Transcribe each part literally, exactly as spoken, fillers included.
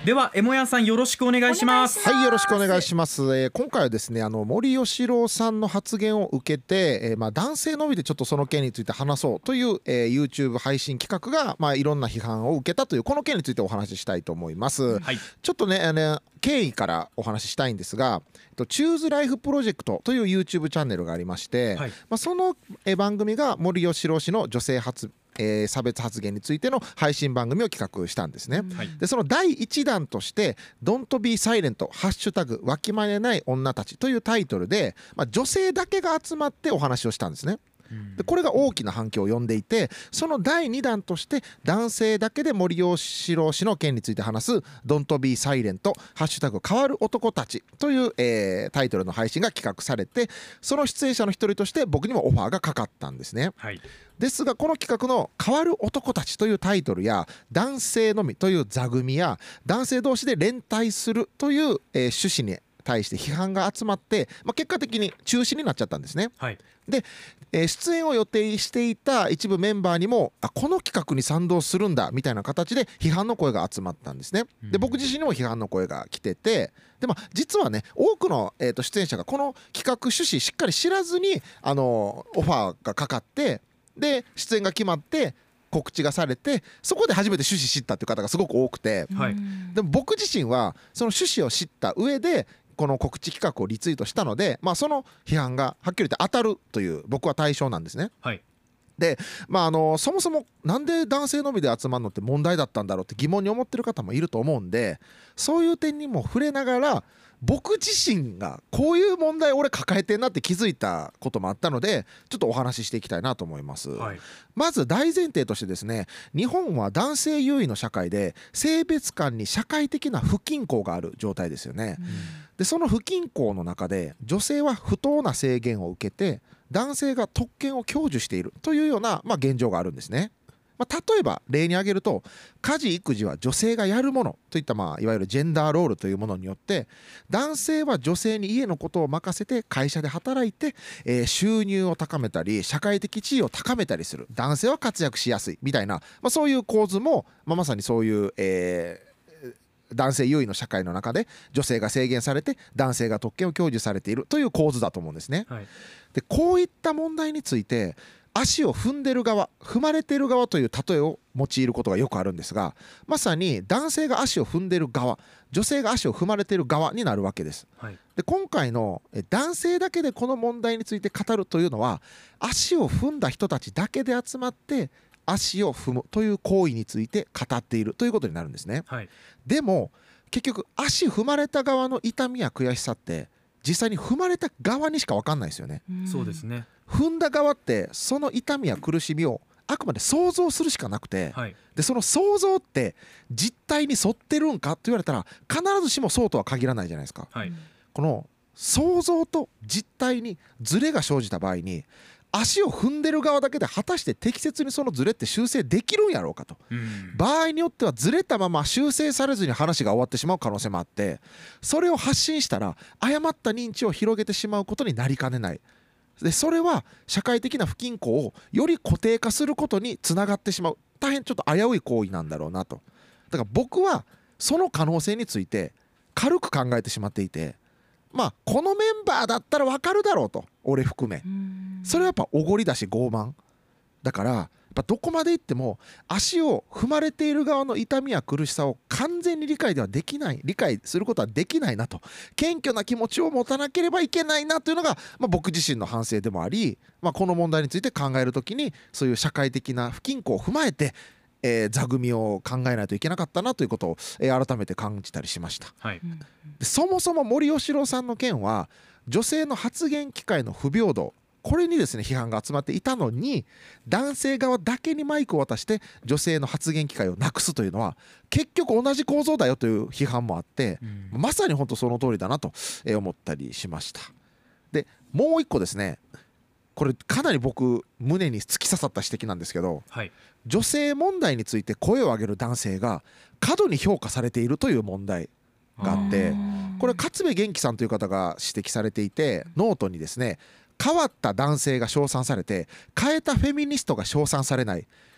ではエモヤンさん、よろしくお願いします。 はい、よろしくお願いします。えー、今回はですね、あの森喜朗さんの発言を受けて、えーまあ、男性のみでちょっとその件について話そうという、えー、YouTube 配信企画が、まあ、いろんな批判を受けたというこの件についてお話ししたいと思います。 はい、 ちょっとね、あの経緯からお話ししたいんですが、チューズライフプロジェクトという YouTube チャンネルがありまして、はい、まあ、その番組が森喜朗氏の女性発えー、差別発言についての配信番組を企画したんですね、はい、でそのだいいちだんとして「Don't be silent」ハッシュタグわきまえない女たちというタイトルで、まあ、女性だけが集まってお話をしたんですね。でこれが大きな反響を呼んでいて、そのだいにだんとして男性だけで森喜朗氏の件について話す「Don't be silent」ハッシュタグ変わる男たちという、えー、タイトルの配信が企画されて、その出演者の一人として僕にもオファーがかかったんですね、はい、ですがこの企画の変わる男たちというタイトルや男性のみという座組や男性同士で連帯するという、えー、趣旨に対して批判が集まって、まあ、結果的に中止になっちゃったんですね、はい、で、えー、出演を予定していた一部メンバーにもあこの企画に賛同するんだみたいな形で批判の声が集まったんですね。で僕自身にも批判の声が来てて、で、まあ、実はね多くの、えー、と出演者がこの企画趣旨しっかり知らずにあのオファーがかかって、で出演が決まって告知がされて、そこで初めて趣旨知ったっていう方がすごく多くて、はい、でも僕自身はその趣旨を知った上でこの告知企画をリツイートしたので、まあ、その批判がはっきり言って当たるという僕は対象なんですね、はい、で、まあ、あのそもそもなんで男性のみで集まるのって問題だったんだろうって疑問に思ってる方もいると思うんで、そういう点にも触れながら僕自身がこういう問題を俺抱えてんなって気づいたこともあったので、ちょっとお話ししていきたいなと思います、はい、まず大前提としてですね、日本は男性優位の社会で性別間に社会的な不均衡がある状態ですよね、うん、でその不均衡の中で女性は不当な制限を受けて男性が特権を享受しているというような、まあ、現状があるんですね。まあ、例えば例に挙げると、家事育児は女性がやるものといった、まあ、いわゆるジェンダーロールというものによって男性は女性に家のことを任せて会社で働いて、えー、収入を高めたり社会的地位を高めたりする、男性は活躍しやすいみたいな、まあ、そういう構図も、まあ、まさにそういう、えー、男性優位の社会の中で女性が制限されて男性が特権を享受されているという構図だと思うんですね、はい、でこういった問題について足を踏んでる側、踏まれてる側という例えを用いることがよくあるんですが、まさに男性が足を踏んでる側、女性が足を踏まれてる側になるわけです、はい、で今回の男性だけでこの問題について語るというのは、足を踏んだ人たちだけで集まって足を踏むという行為について語っているということになるんですね、はい、でも結局足踏まれた側の痛みや悔しさって実際に踏まれた側にしか分かんないですよね。 そうですね。 踏んだ側ってその痛みや苦しみをあくまで想像するしかなくて、はい、でその想像って実態に沿ってるんかと言われたら必ずしもそうとは限らないじゃないですか、はい、この想像と実態にズレが生じた場合に足を踏んでる側だけで果たして適切にそのズレって修正できるんやろうかと、うん、場合によってはズレたまま修正されずに話が終わってしまう可能性もあって、それを発信したら誤った認知を広げてしまうことになりかねない。でそれは社会的な不均衡をより固定化することにつながってしまう、大変ちょっと危うい行為なんだろうなと。だから僕はその可能性について軽く考えてしまっていて、まあこのメンバーだったら分かるだろうと、俺含めそれはやっぱおごりだし傲慢だから、やっぱどこまでいっても足を踏まれている側の痛みや苦しさを完全に理解ではできない、理解することはできないなと、謙虚な気持ちを持たなければいけないなというのが、まあ、僕自身の反省でもあり、まあ、この問題について考えるときにそういう社会的な不均衡を踏まえて、えー、座組を考えないといけなかったなということを、えー、改めて感じたりしました、はい、でそもそも森喜朗さんの件は女性の発言機会の不平等、これにですね批判が集まっていたのに、男性側だけにマイクを渡して女性の発言機会をなくすというのは結局同じ構造だよという批判もあって、うん、まさに本当その通りだなと思ったりしました。でもう一個ですね、これかなり僕胸に突き刺さった指摘なんですけど、はい、女性問題について声を上げる男性が過度に評価されているという問題があって、これ勝部元気さんという方が指摘されていて、ノートにですね、変わった男性が称賛されて変えたフェミニストが称賛されない、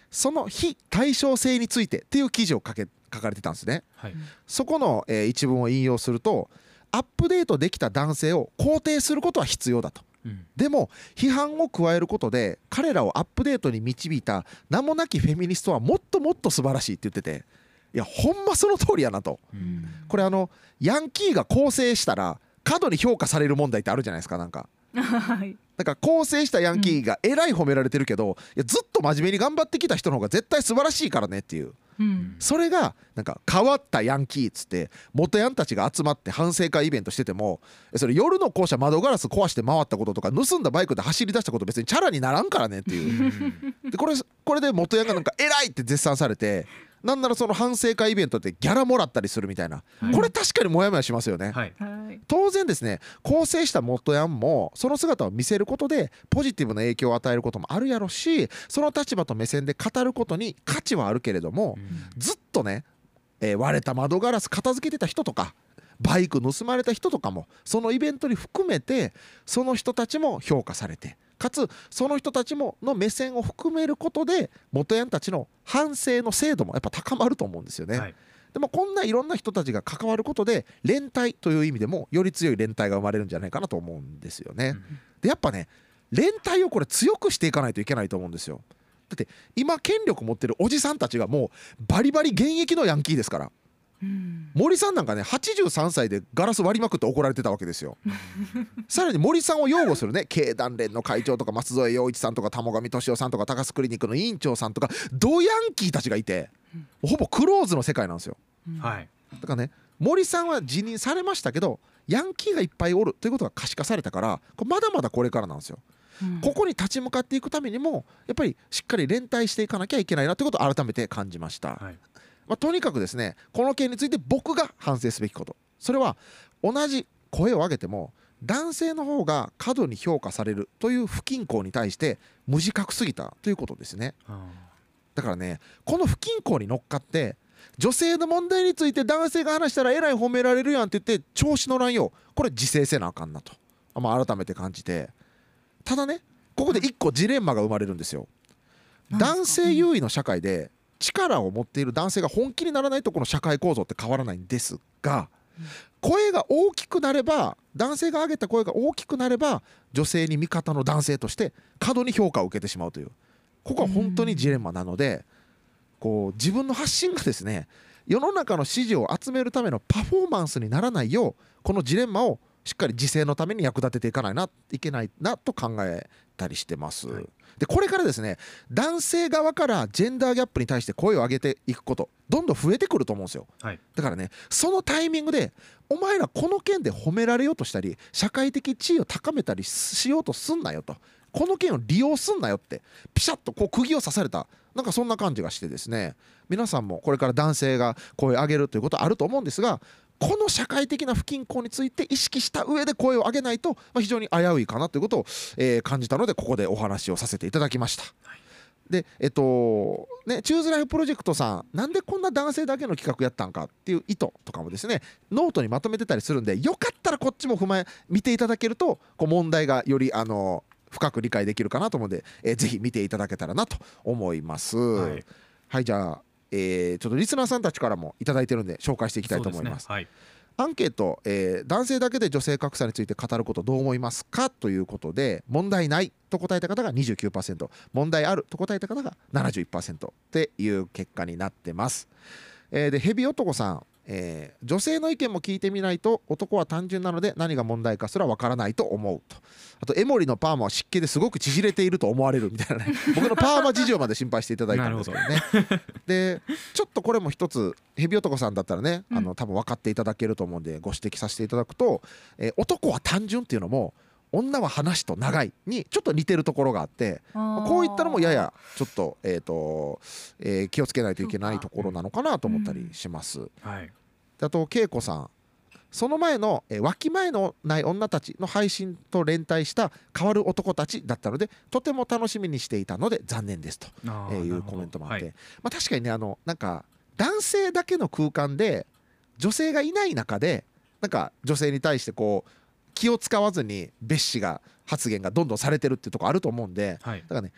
その非対称性についてっていう記事を書け書かれてたんですね、はい、そこの、えー、一文を引用すると、アップデートできた男性を肯定することは必要だと、うん、でも批判を加えることで彼らをアップデートに導いた名もなきフェミニストはもっともっと素晴らしいって言ってて、いやほんまその通りやなと、うん、これあのヤンキーが更生したら過度に評価される問題ってあるじゃないですか。なんかだから更生したヤンキーがえらい褒められてるけど、いやずっと真面目に頑張ってきた人の方が絶対素晴らしいからねっていう、うん、それがなんか変わったヤンキーっつって元ヤンたちが集まって反省会イベントしてても、それ夜の校舎窓ガラス壊して回ったこととか盗んだバイクで走り出したこと別にチャラにならんからねっていうでこれこれで元ヤンがなんか偉いって絶賛されて、なんならその反省会イベントでギャラもらったりするみたいな、はい、これ確かにモヤモヤしますよね、はい、当然ですね、更生した元ヤンもその姿を見せることでポジティブな影響を与えることもあるやろし、その立場と目線で語ることに価値はあるけれども、うん、ずっとね、えー、割れた窓ガラス片付けてた人とかバイク盗まれた人とかもそのイベントに含めてその人たちも評価されて、かつその人たちもの目線を含めることで元ヤンたちの反省の精度もやっぱ高まると思うんですよね、はい、でもこんないろんな人たちが関わることで連帯という意味でもより強い連帯が生まれるんじゃないかなと思うんですよね、うん、でやっぱね連帯をこれ強くしていかないといけないと思うんですよ。だって今権力持ってるおじさんたちがもうバリバリ現役のヤンキーですから、うん、森さんなんかねはちじゅうさんさいでガラス割りまくって怒られてたわけですよさらに森さんを擁護するね経団連の会長とか松添洋一さんとか玉上俊夫さんとか高須クリニックの委員長さんとかドヤンキーたちがいて、ほぼクローズの世界なんですよ、うん、だからね森さんは辞任されましたけどヤンキーがいっぱいおるということが可視化されたから、これまだまだこれからなんですよ、うん、ここに立ち向かっていくためにもやっぱりしっかり連帯していかなきゃいけないなということを改めて感じました、はい、まあ、とにかくですねこの件について僕が反省すべきこと、それは同じ声を上げても男性の方が過度に評価されるという不均衡に対して無自覚すぎたということですね。だからねこの不均衡に乗っかって女性の問題について男性が話したらえらい褒められるやんって言って調子乗らんよう、これ自制せなあかんなと、まあ、改めて感じて、ただねここで一個ジレンマが生まれるんですよ。男性優位の社会で力を持っている男性が本気にならないとこの社会構造って変わらないんですが、声が大きくなれば男性が上げた声が大きくなれば女性に味方の男性として過度に評価を受けてしまうという、ここは本当にジレンマなので、こう自分の発信がですね世の中の支持を集めるためのパフォーマンスにならないようこのジレンマをしっかり自制のために役立てていかないな、いけないなと考えたりしてます、はい、でこれからですね男性側からジェンダーギャップに対して声を上げていくことどんどん増えてくると思うんですよ、はい、だからねそのタイミングでお前らこの件で褒められようとしたり社会的地位を高めたりしようとすんなよと、この件を利用すんなよってピシャッとこう釘を刺された、なんかそんな感じがしてですね、皆さんもこれから男性が声を上げるということはあると思うんですが、この社会的な不均衡について意識した上で声を上げないと、まあ、非常に危ういかなということを、えー、感じたのでここでお話をさせていただきました、はい、でえっとねチューズライフプロジェクトさんなんでこんな男性だけの企画やったんかっていう意図とかもですねノートにまとめてたりするんで、よかったらこっちも踏まえ見ていただけるとこう問題がよりあの深く理解できるかなと思うので、えー、ぜひ見ていただけたらなと思います。はい、はい、じゃあ、えー、ちょっとリスナーさんたちからもいただいてるんで紹介していきたいと思います。そうですね、はい、アンケート、えー、男性だけで女性格差について語ることどう思いますかということで、問題ないと答えた方が にじゅうきゅうパーセント、 問題あると答えた方が ななじゅういちパーセント っていう結果になってます。えー、でヘビ男さん、えー、女性の意見も聞いてみないと男は単純なので何が問題かすらわからないと思うと。あとエモリのパーマは湿気ですごく縮れていると思われるみたいなね僕のパーマ事情まで心配していただいたんですけどねでちょっとこれも一つヘビ男さんだったらね、うん、あの多分分かっていただけると思うんでご指摘させていただくと、えー、男は単純っていうのも女は話と長いにちょっと似てるところがあって、こういったのもややちょっと、えーとえー、気をつけないといけないところなのかなと思ったりします、うんはい、あと恵子さん、その前の、えー、脇前のない女たちの配信と連帯した変わる男たちだったのでとても楽しみにしていたので残念ですと、えー、いうコメントもあって、はい、まあ、確かにねあのなんか男性だけの空間で女性がいない中でなんか女性に対してこう気を使わずに蔑視が発言がどんどんされてるっていうところあると思うんで、はい、だからね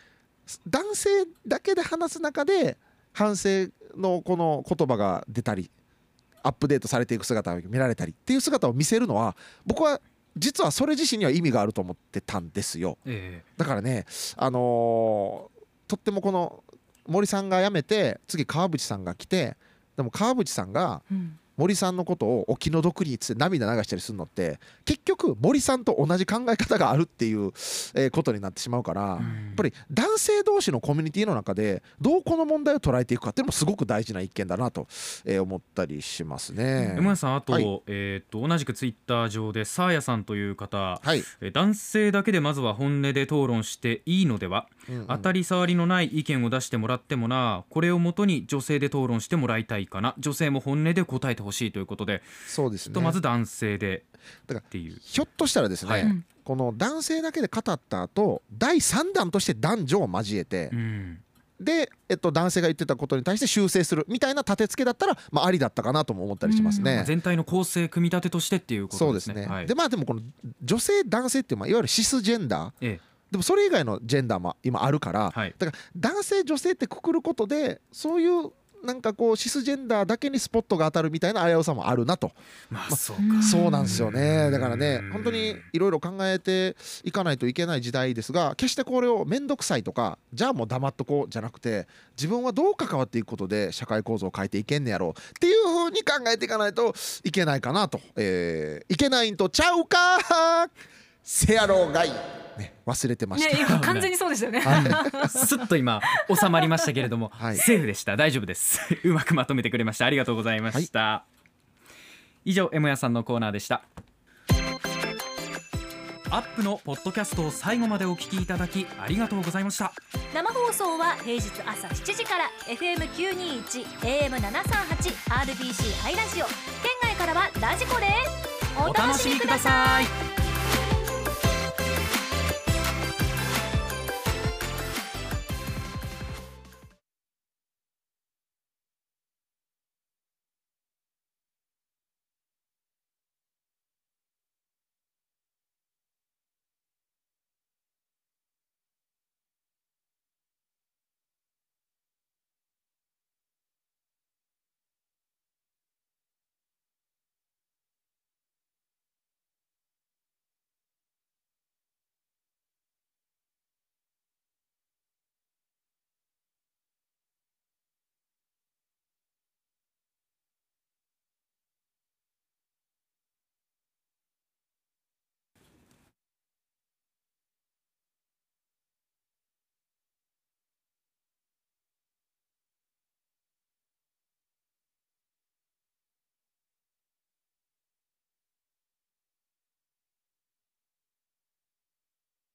男性だけで話す中で反省のこの言葉が出たりアップデートされていく姿を見られたりっていう姿を見せるのは僕は実はそれ自身には意味があると思ってたんですよ、えー、だからね、あのー、とってもこの森さんが辞めて次川淵さんが来て、でも川淵さんが森さんのことをお気の毒につって涙流したりするのって結局森さんと同じ考え方があるっていう、えー、ことになってしまうから、やっぱり男性同士のコミュニティの中でどうこの問題を捉えていくかっていうのもすごく大事な一件だなと、えー、思ったりしますね。 山谷さん、あと、はい、えー、っと同じくツイッター上でサーヤさんという方、はい、男性だけでまずは本音で討論していいのでは、うんうん、当たり障りのない意見を出してもらってもな、これをもとに女性で討論してもらいたいかな、女性も本音で答えてほしいということで、 そうですね、 とまず男性でっていう、 ひょっとしたらですね、はい、この男性だけで語った後だいさんだんとして男女を交えて、うん、で、えっと、男性が言ってたことに対して修正するみたいな立て付けだったら、まあ、ありだったかなとも思ったりしますね、 うん、全体の構成組み立てとしてっていうことですね。 そうですね、 はい、 でまあでもこの女性男性っていう、まあ、いわゆるシスジェンダー、ええ、でもそれ以外のジェンダーも今あるから、はい、だから男性女性ってくくることでそういうなんかこうシスジェンダーだけにスポットが当たるみたいな危うさもあるなと、 まあ、そうか、 そうなんですよね。だからね、本当にいろいろ考えていかないといけない時代ですが、決してこれを面倒くさいとかじゃあもう黙っとこうじゃなくて、自分はどう関わっていくことで社会構造を変えていけんねやろうっていう風に考えていかないといけないかなと、えー、いけないんとちゃうかせやろうがいね、忘れてました、 ね、今完全にそうですよねすっと今収まりましたけれども、はい、セーフでした。大丈夫ですうまくまとめてくれました。ありがとうございました、はい、以上エモヤさんのコーナーでした。アップのポッドキャストを最後までお聞きいただきありがとうございました。 生放送は平日朝しちじから エフエムきゅうにいち エーエムななさんはち アールビーシー ハイラジオ、県外からはラジコです。お楽しみください。